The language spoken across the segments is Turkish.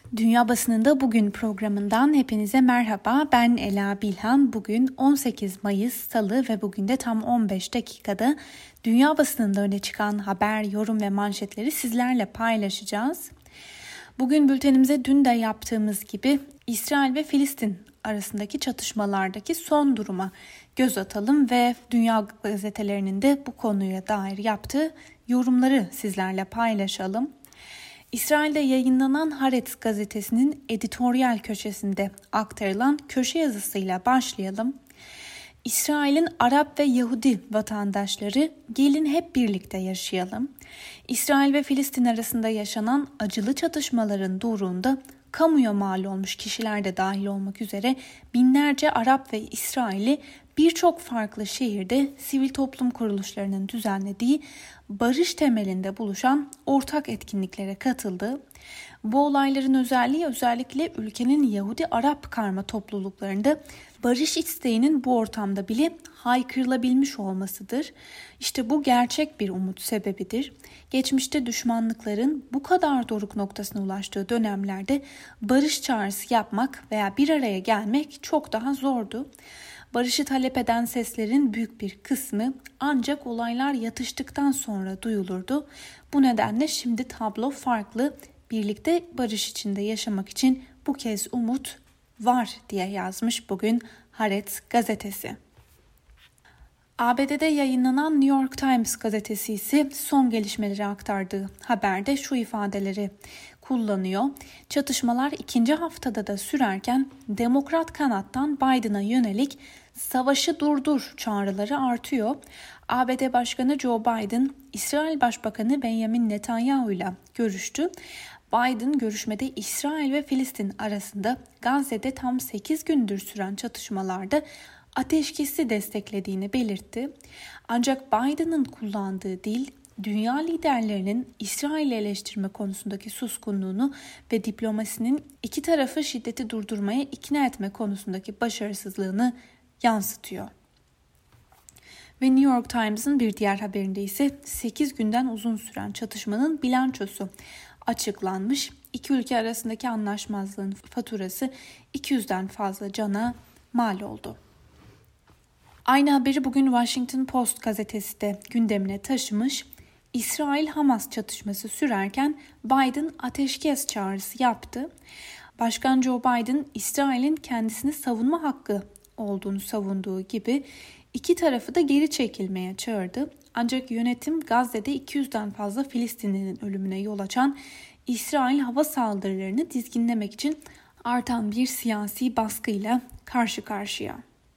Dünya Basınında Bugün programından hepinize merhaba. Ben Ela Bilhan. Bugün 18 Mayıs Salı ve bugün de tam 15 dakikada dünya basınında öne çıkan haber, yorum ve manşetleri sizlerle paylaşacağız. Bugün bültenimize dün de yaptığımız gibi İsrail ve Filistin arasındaki çatışmalardaki son duruma göz atalım ve dünya gazetelerinin de bu konuya dair yaptığı yorumları sizlerle paylaşalım. İsrail'de yayınlanan Haaretz gazetesinin editoryal köşesinde aktarılan köşe yazısıyla başlayalım. İsrail'in Arap ve Yahudi vatandaşları gelin hep birlikte yaşayalım. İsrail ve Filistin arasında yaşanan acılı çatışmaların doruğunda kamuya mal olmuş kişiler de dahil olmak üzere binlerce Arap ve İsrailli birçok farklı şehirde sivil toplum kuruluşlarının düzenlediği barış temelinde buluşan ortak etkinliklere katıldı. Bu olayların özellikle ülkenin Yahudi-Arap karma topluluklarında barış isteğinin bu ortamda bile haykırılabilmiş olmasıdır. İşte bu gerçek bir umut sebebidir. Geçmişte düşmanlıkların bu kadar doruk noktasına ulaştığı dönemlerde barış çağrısı yapmak veya bir araya gelmek çok daha zordu. Barışı talep eden seslerin büyük bir kısmı ancak olaylar yatıştıktan sonra duyulurdu. Bu nedenle şimdi tablo farklı. Birlikte barış içinde yaşamak için bu kez umut var diye yazmış bugün Haaretz gazetesi. ABD'de yayınlanan New York Times gazetesi ise son gelişmeleri aktardığı haberde şu ifadeleri kullanıyor. Çatışmalar ikinci haftada da sürerken Demokrat kanattan Biden'a yönelik savaşı durdur çağrıları artıyor. ABD Başkanı Joe Biden, İsrail Başbakanı Benjamin Netanyahu ile görüştü. Biden görüşmede İsrail ve Filistin arasında Gazze'de tam 8 gündür süren çatışmalarda ateşkesi desteklediğini belirtti. Ancak Biden'ın kullandığı dil, dünya liderlerinin İsrail'i eleştirme konusundaki suskunluğunu ve diplomasinin iki tarafı şiddeti durdurmaya ikna etme konusundaki başarısızlığını yansıtıyor. Ve New York Times'ın bir diğer haberinde ise 8 günden uzun süren çatışmanın bilançosu açıklanmış. İki ülke arasındaki anlaşmazlığın faturası 200'den fazla cana mal oldu. Aynı haberi bugün Washington Post gazetesi de gündemine taşımış. İsrail-Hamas çatışması sürerken Biden ateşkes çağrısı yaptı. Başkan Joe Biden, İsrail'in kendisini savunma hakkı olduğunu savunduğu gibi iki tarafı da geri çekilmeye çağırdı. Ancak yönetim Gazze'de 200'den fazla Filistinli'nin ölümüne yol açan İsrail hava saldırılarını dizginlemek için artan bir siyasi baskıyla karşı karşıya.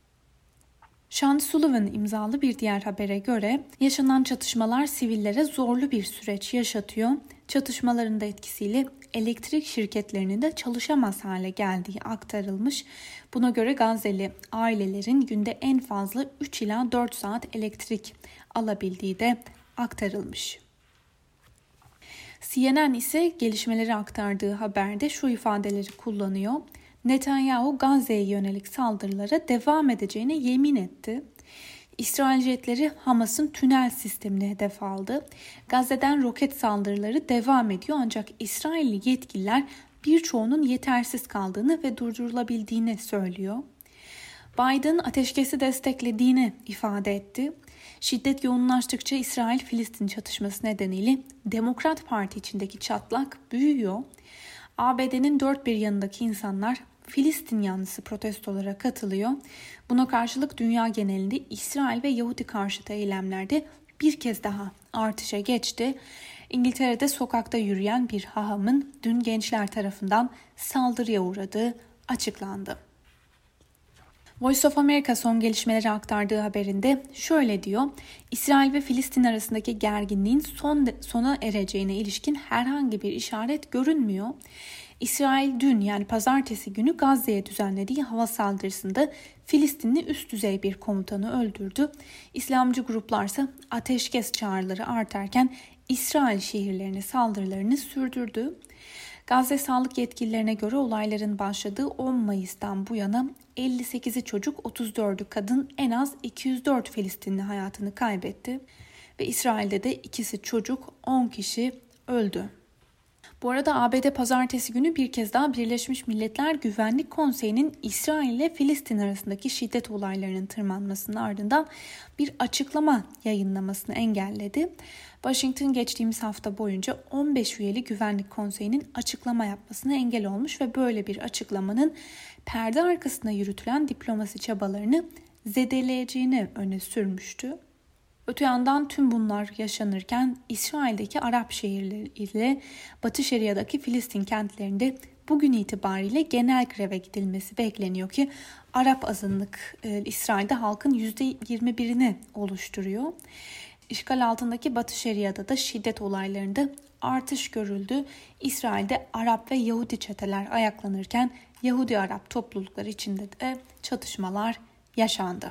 Sean Sullivan imzalı bir diğer habere göre yaşanan çatışmalar sivillere zorlu bir süreç yaşatıyor. Çatışmaların da etkisiyle elektrik şirketlerinin de çalışamaz hale geldiği aktarılmış. Buna göre Gazze'li ailelerin günde en fazla 3 ila 4 saat elektrik alabildiği de aktarılmış. CNN ise gelişmeleri aktardığı haberde şu ifadeleri kullanıyor. Netanyahu Gazze'ye yönelik saldırılara devam edeceğine yemin etti. İsrail jetleri Hamas'ın tünel sistemini hedef aldı. Gazze'den roket saldırıları devam ediyor ancak İsrailli yetkililer birçoğunun yetersiz kaldığını ve durdurulabildiğini söylüyor. Biden ateşkesi desteklediğini ifade etti. Şiddet yoğunlaştıkça İsrail-Filistin çatışması nedeniyle Demokrat Parti içindeki çatlak büyüyor. ABD'nin dört bir yanındaki insanlar Filistin yanlısı protestolara katılıyor. Buna karşılık dünya genelinde İsrail ve Yahudi karşıtı eylemlerde bir kez daha artışa geçti. İngiltere'de sokakta yürüyen bir hahamın dün gençler tarafından saldırıya uğradığı açıklandı. Voice of America son gelişmeleri aktardığı haberinde şöyle diyor. İsrail ve Filistin arasındaki gerginliğin sona ereceğine ilişkin herhangi bir işaret görünmüyor. İsrail dün yani pazartesi günü Gazze'ye düzenlediği hava saldırısında Filistinli üst düzey bir komutanı öldürdü. İslamcı gruplarsa ateşkes çağrıları artarken İsrail şehirlerine saldırılarını sürdürdü. Gazze sağlık yetkililerine göre olayların başladığı 10 Mayıs'tan bu yana 58'i çocuk, 34'ü kadın, en az 204 Filistinli hayatını kaybetti ve İsrail'de de ikisi çocuk, 10 kişi öldü. Bu arada ABD pazartesi günü bir kez daha Birleşmiş Milletler Güvenlik Konseyi'nin İsrail ile Filistin arasındaki şiddet olaylarının tırmanmasının ardından bir açıklama yayınlamasını engelledi. Washington geçtiğimiz hafta boyunca 15 üyeli Güvenlik Konseyi'nin açıklama yapmasına engel olmuş ve böyle bir açıklamanın perde arkasında yürütülen diplomasi çabalarını zedeleyeceğini öne sürmüştü. Öte yandan tüm bunlar yaşanırken İsrail'deki Arap şehirleri ile Batı Şeria'daki Filistin kentlerinde bugün itibariyle genel greve gidilmesi bekleniyor ki Arap azınlık İsrail'de halkın %21'ini oluşturuyor. İşgal altındaki Batı Şeria'da da şiddet olaylarında artış görüldü. İsrail'de Arap ve Yahudi çeteler ayaklanırken Yahudi-Arap toplulukları içinde de çatışmalar yaşandı.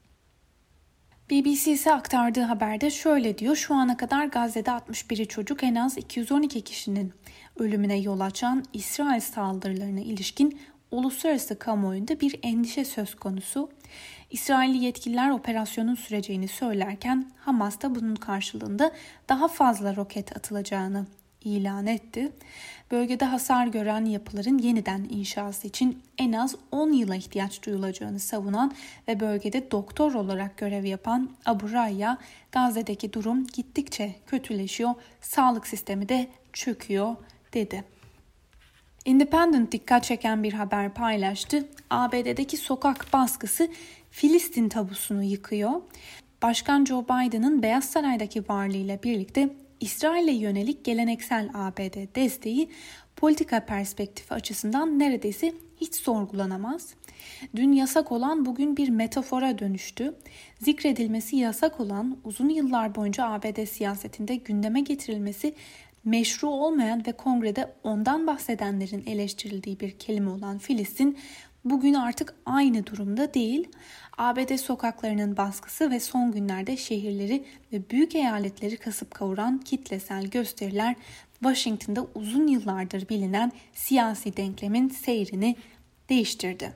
BBC ise aktardığı haberde şöyle diyor. Şu ana kadar Gazze'de 61 çocuk, en az 212 kişinin ölümüne yol açan İsrail saldırılarına ilişkin uluslararası kamuoyunda bir endişe söz konusu. İsrailli yetkililer operasyonun süreceğini söylerken Hamas da bunun karşılığında daha fazla roket atılacağını ilan etti. Bölgede hasar gören yapıların yeniden inşası için en az 10 yıla ihtiyaç duyulacağını savunan ve bölgede doktor olarak görev yapan Abu Raya, Gazze'deki durum gittikçe kötüleşiyor, sağlık sistemi de çöküyor dedi. Independent dikkat çeken bir haber paylaştı. ABD'deki sokak baskısı Filistin tabusunu yıkıyor. Başkan Joe Biden'ın Beyaz Saray'daki varlığıyla birlikte İsrail'e yönelik geleneksel ABD desteği politika perspektifi açısından neredeyse hiç sorgulanamaz. Dün yasak olan bugün bir metafora dönüştü. Zikredilmesi yasak olan, uzun yıllar boyunca ABD siyasetinde gündeme getirilmesi meşru olmayan ve kongrede ondan bahsedenlerin eleştirildiği bir kelime olan Filistin bugün artık aynı durumda değil. ABD sokaklarının baskısı ve son günlerde şehirleri ve büyük eyaletleri kasıp kavuran kitlesel gösteriler Washington'da uzun yıllardır bilinen siyasi denklemin seyrini değiştirdi.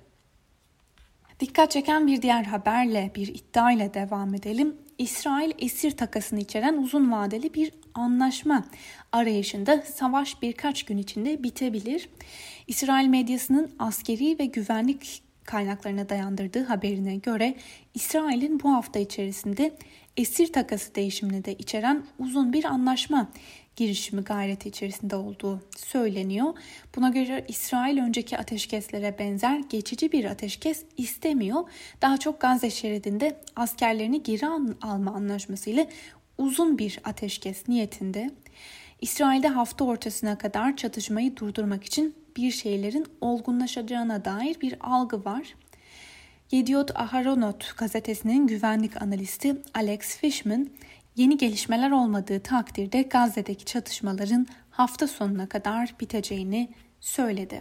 Dikkat çeken bir diğer haberle, bir iddiayla devam edelim. İsrail esir takasını içeren uzun vadeli bir anlaşma arayışında, savaş birkaç gün içinde bitebilir. İsrail medyasının askeri ve güvenlik kaynaklarına dayandırdığı haberine göre İsrail'in bu hafta içerisinde esir takası değişimini de içeren uzun bir anlaşma girişimi gayreti içerisinde olduğu söyleniyor. Buna göre İsrail önceki ateşkeslere benzer geçici bir ateşkes istemiyor. Daha çok Gazze şeridinde askerlerini geri alma anlaşmasıyla uzun bir ateşkes niyetinde. İsrail'de hafta ortasına kadar çatışmayı durdurmak için bir şeylerin olgunlaşacağına dair bir algı var. Yediot Aharonot gazetesinin güvenlik analisti Alex Fishman, yeni gelişmeler olmadığı takdirde Gazze'deki çatışmaların hafta sonuna kadar biteceğini söyledi.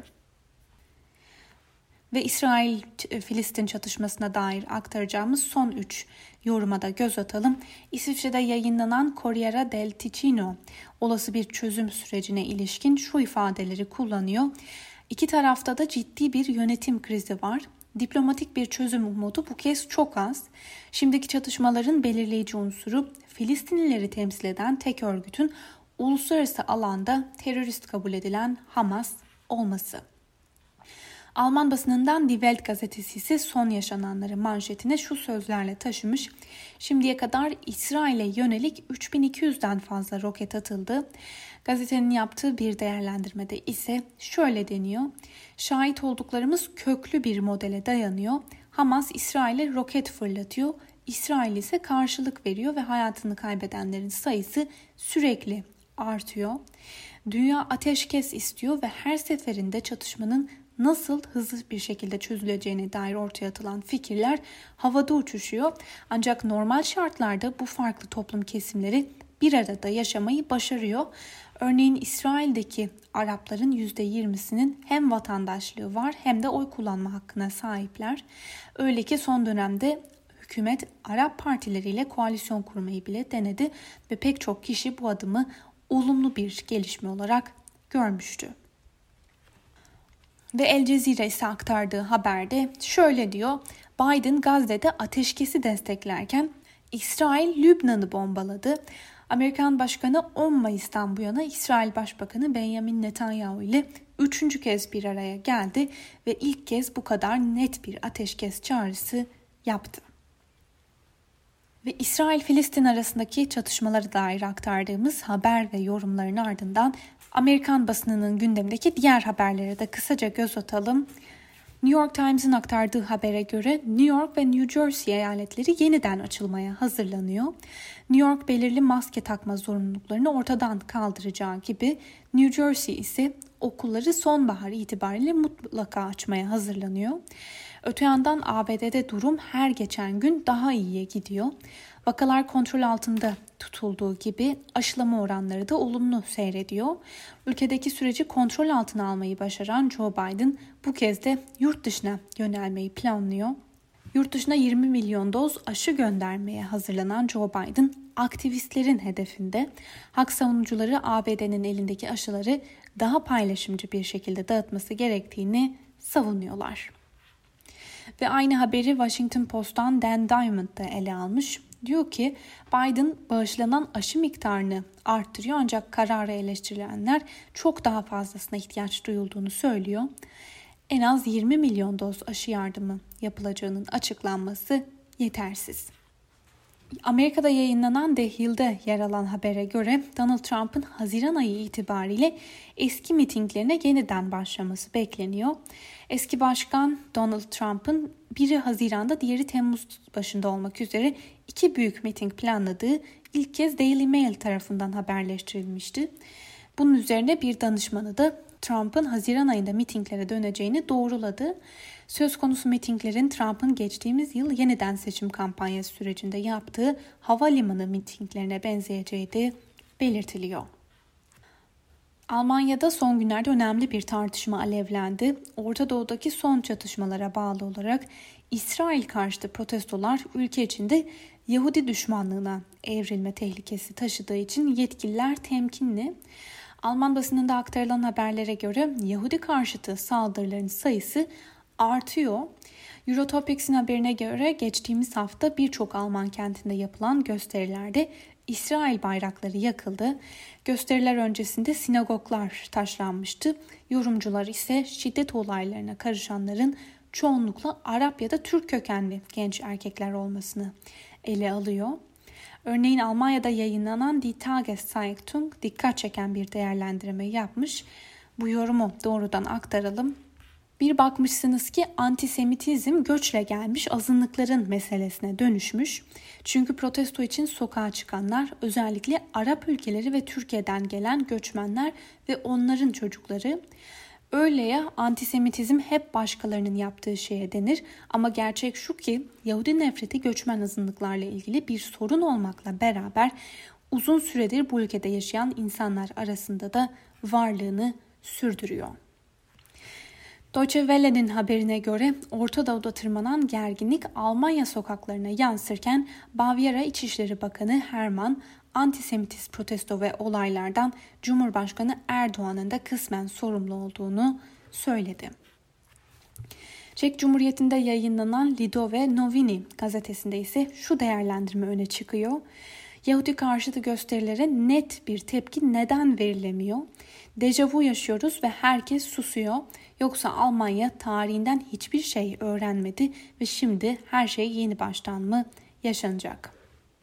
Ve İsrail-Filistin çatışmasına dair aktaracağımız son 3 yoruma da göz atalım. İsviçre'de yayınlanan Corriere del Ticino olası bir çözüm sürecine ilişkin şu ifadeleri kullanıyor. İki tarafta da ciddi bir yönetim krizi var. Diplomatik bir çözüm umudu bu kez çok az. Şimdiki çatışmaların belirleyici unsuru Filistinlileri temsil eden tek örgütün uluslararası alanda terörist kabul edilen Hamas olması. Alman basınından Die Welt gazetesi ise son yaşananları manşetine şu sözlerle taşımış. Şimdiye kadar İsrail'e yönelik 3200'den fazla roket atıldı. Gazetenin yaptığı bir değerlendirmede ise şöyle deniyor. Şahit olduklarımız köklü bir modele dayanıyor. Hamas İsrail'e roket fırlatıyor. İsrail ise karşılık veriyor ve hayatını kaybedenlerin sayısı sürekli artıyor. Dünya ateşkes istiyor ve her seferinde çatışmanın nasıl hızlı bir şekilde çözüleceğine dair ortaya atılan fikirler havada uçuşuyor. Ancak normal şartlarda bu farklı toplum kesimleri bir arada yaşamayı başarıyor. Örneğin İsrail'deki Arapların %20'sinin hem vatandaşlığı var hem de oy kullanma hakkına sahipler. Öyle ki son dönemde hükümet Arap partileriyle koalisyon kurmayı bile denedi ve pek çok kişi bu adımı olumlu bir gelişme olarak görmüştü. Ve El Cezire ise aktardığı haberde şöyle diyor. Biden Gazze'de ateşkesi desteklerken İsrail Lübnan'ı bombaladı. Amerikan Başkanı 10 Mayıs'tan bu yana İsrail Başbakanı Benjamin Netanyahu ile 3. kez bir araya geldi ve ilk kez bu kadar net bir ateşkes çağrısı yaptı. Ve İsrail-Filistin arasındaki çatışmalara dair aktardığımız haber ve yorumların ardından Amerikan basınının gündemindeki diğer haberlere de kısaca göz atalım. New York Times'ın aktardığı habere göre New York ve New Jersey eyaletleri yeniden açılmaya hazırlanıyor. New York belirli maske takma zorunluluklarını ortadan kaldıracağı gibi New Jersey ise okulları sonbahar itibariyle mutlaka açmaya hazırlanıyor. Öte yandan ABD'de durum her geçen gün daha iyiye gidiyor. Vakalar kontrol altında tutulduğu gibi aşılama oranları da olumlu seyrediyor. Ülkedeki süreci kontrol altına almayı başaran Joe Biden bu kez de yurt dışına yönelmeyi planlıyor. Yurt dışına 20 milyon doz aşı göndermeye hazırlanan Joe Biden, aktivistlerin hedefinde. Hak savunucuları ABD'nin elindeki aşıları daha paylaşımcı bir şekilde dağıtması gerektiğini savunuyorlar. Ve aynı haberi Washington Post'tan Dan Diamond da ele almış. Diyor ki Biden bağışlanan aşı miktarını arttırıyor ancak kararı eleştirilenler çok daha fazlasına ihtiyaç duyulduğunu söylüyor. En az 20 milyon doz aşı yardımı yapılacağının açıklanması yetersiz. Amerika'da yayınlanan The Hill'de yer alan habere göre Donald Trump'ın Haziran ayı itibariyle eski mitinglerine yeniden başlaması bekleniyor. Eski başkan Donald Trump'ın biri Haziran'da diğeri Temmuz başında olmak üzere 2 büyük miting planladığı ilk kez Daily Mail tarafından haberleştirilmişti. Bunun üzerine bir danışmanı da Trump'ın Haziran ayında mitinglere döneceğini doğruladı. Söz konusu mitinglerin Trump'ın geçtiğimiz yıl yeniden seçim kampanyası sürecinde yaptığı havalimanı mitinglerine benzeyeceği de belirtiliyor. Almanya'da son günlerde önemli bir tartışma alevlendi. Orta Doğu'daki son çatışmalara bağlı olarak İsrail karşıtı protestolar ülke içinde Yahudi düşmanlığına evrilme tehlikesi taşıdığı için yetkililer temkinli. Alman basınında aktarılan haberlere göre Yahudi karşıtı saldırıların sayısı artıyor. Eurotopics'in haberine göre geçtiğimiz hafta birçok Alman kentinde yapılan gösterilerde İsrail bayrakları yakıldı. Gösteriler öncesinde sinagoglar taşlanmıştı. Yorumcular ise şiddet olaylarına karışanların çoğunlukla Arap ya da Türk kökenli genç erkekler olmasını ele alıyor. Örneğin Almanya'da yayınlanan Die Tageszeitung dikkat çeken bir değerlendirme yapmış. Bu yorumu doğrudan aktaralım. Bir bakmışsınız ki antisemitizm göçle gelmiş azınlıkların meselesine dönüşmüş. Çünkü protesto için sokağa çıkanlar özellikle Arap ülkeleri ve Türkiye'den gelen göçmenler ve onların çocukları. Öyle ya, antisemitizm hep başkalarının yaptığı şeye denir ama gerçek şu ki Yahudi nefreti göçmen azınlıklarla ilgili bir sorun olmakla beraber uzun süredir bu ülkede yaşayan insanlar arasında da varlığını sürdürüyor. Deutsche Welle'nin haberine göre Orta Doğu'da tırmanan gerginlik Almanya sokaklarına yansırken Bavyera İçişleri Bakanı Hermann antisemitist protesto ve olaylardan Cumhurbaşkanı Erdoğan'ın da kısmen sorumlu olduğunu söyledi. Çek Cumhuriyeti'nde yayınlanan Lidové Noviny gazetesinde ise şu değerlendirme öne çıkıyor. Yahudi karşıtı gösterilere net bir tepki neden verilemiyor? Dejavu yaşıyoruz ve herkes susuyor. Yoksa Almanya tarihinden hiçbir şey öğrenmedi ve şimdi her şey yeni baştan mı yaşanacak?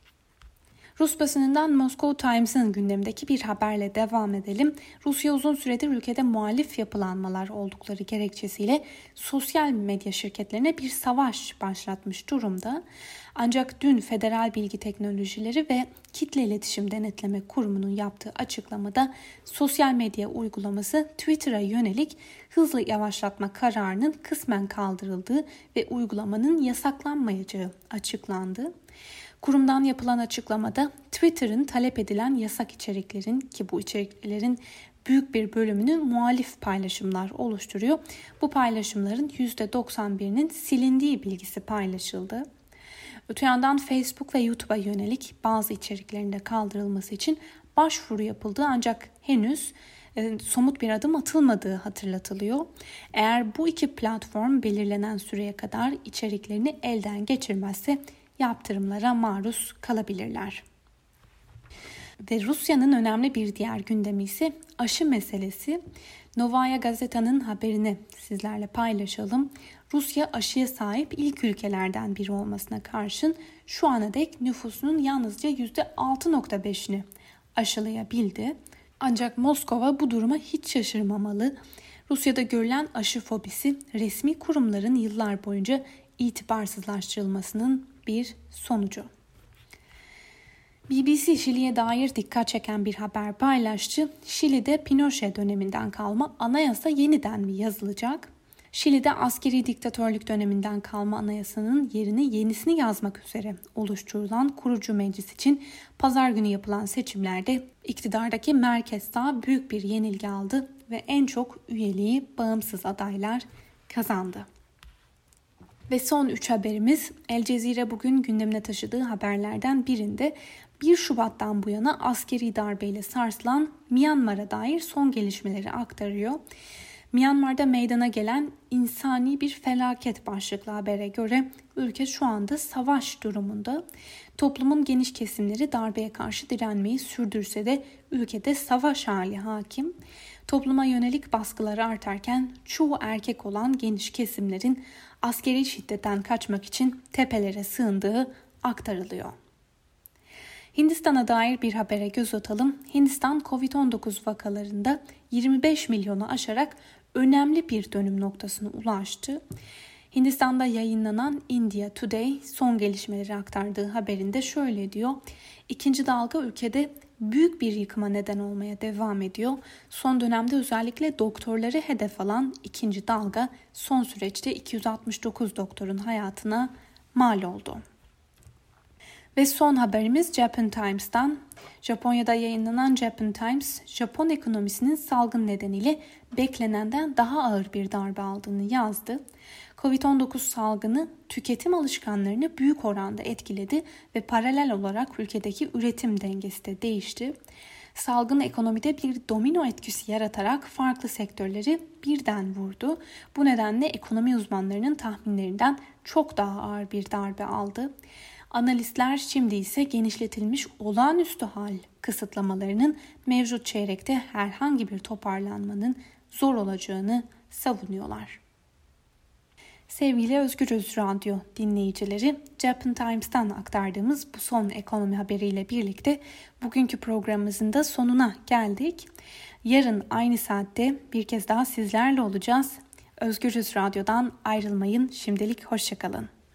Rus basınından Moscow Times'ın gündemdeki bir haberle devam edelim. Rusya uzun süredir ülkede muhalif yapılanmalar oldukları gerekçesiyle sosyal medya şirketlerine bir savaş başlatmış durumda. Ancak dün Federal Bilgi Teknolojileri ve Kitle İletişim Denetleme Kurumu'nun yaptığı açıklamada sosyal medya uygulaması Twitter'a yönelik hızlı yavaşlatma kararının kısmen kaldırıldığı ve uygulamanın yasaklanmayacağı açıklandı. Kurumdan yapılan açıklamada Twitter'ın talep edilen yasak içeriklerin, ki bu içeriklerin büyük bir bölümünü muhalif paylaşımlar oluşturuyor. Bu paylaşımların %91'inin silindiği bilgisi paylaşıldı. Öte yandan Facebook ve YouTube'a yönelik bazı içeriklerin de kaldırılması için başvuru yapıldı ancak henüz somut bir adım atılmadığı hatırlatılıyor. Eğer bu iki platform belirlenen süreye kadar içeriklerini elden geçirmezse yaptırımlara maruz kalabilirler. Ve Rusya'nın önemli bir diğer gündemi ise aşı meselesi. Novaya Gazeta'nın haberini sizlerle paylaşalım. Rusya aşıya sahip ilk ülkelerden biri olmasına karşın şu ana dek nüfusunun yalnızca %6.5'ini aşılayabildi. Ancak Moskova bu duruma hiç şaşırmamalı. Rusya'da görülen aşı fobisi resmi kurumların yıllar boyunca itibarsızlaştırılmasının bir sonucu. BBC Şili'ye dair dikkat çeken bir haber paylaştı. Şili'de Pinochet döneminden kalma anayasa yeniden mi yazılacak? Şili'de askeri diktatörlük döneminden kalma anayasanın yerini yenisini yazmak üzere oluşturulan kurucu meclis için pazar günü yapılan seçimlerde iktidardaki merkez sağ büyük bir yenilgi aldı ve en çok üyeliği bağımsız adaylar kazandı. Ve son 3 haberimiz El Cezire bugün gündemine taşıdığı haberlerden birinde 1 Şubat'tan bu yana askeri darbeyle sarsılan Myanmar'a dair son gelişmeleri aktarıyor. Myanmar'da meydana gelen insani bir felaket başlıklı habere göre ülke şu anda savaş durumunda. Toplumun geniş kesimleri darbeye karşı direnmeyi sürdürse de ülkede savaş hali hakim. Topluma yönelik baskıları artarken çoğu erkek olan geniş kesimlerin askeri şiddetten kaçmak için tepelere sığındığı aktarılıyor. Hindistan'a dair bir habere göz atalım. Hindistan Covid-19 vakalarında 25 milyonu aşarak önemli bir dönüm noktasına ulaştı. Hindistan'da yayınlanan India Today son gelişmeleri aktardığı haberinde şöyle diyor. İkinci dalga ülkede büyük bir yıkıma neden olmaya devam ediyor. Son dönemde özellikle doktorları hedef alan ikinci dalga son süreçte 269 doktorun hayatına mal oldu. Ve son haberimiz Japan Times'tan. Japonya'da yayınlanan Japan Times, Japon ekonomisinin salgın nedeniyle beklenenden daha ağır bir darbe aldığını yazdı. Covid-19 salgını tüketim alışkanlarını büyük oranda etkiledi ve paralel olarak ülkedeki üretim dengesi de değişti. Salgın ekonomide bir domino etkisi yaratarak farklı sektörleri birden vurdu. Bu nedenle ekonomi uzmanlarının tahminlerinden çok daha ağır bir darbe aldı. Analistler şimdi ise genişletilmiş olağanüstü hal kısıtlamalarının mevcut çeyrekte herhangi bir toparlanmanın zor olacağını savunuyorlar. Sevgili Özgürüz Radyo dinleyicileri, Japan Times'tan aktardığımız bu son ekonomi haberiyle birlikte bugünkü programımızın da sonuna geldik. Yarın aynı saatte bir kez daha sizlerle olacağız. Özgürüz Radyo'dan ayrılmayın. Şimdilik hoşça kalın.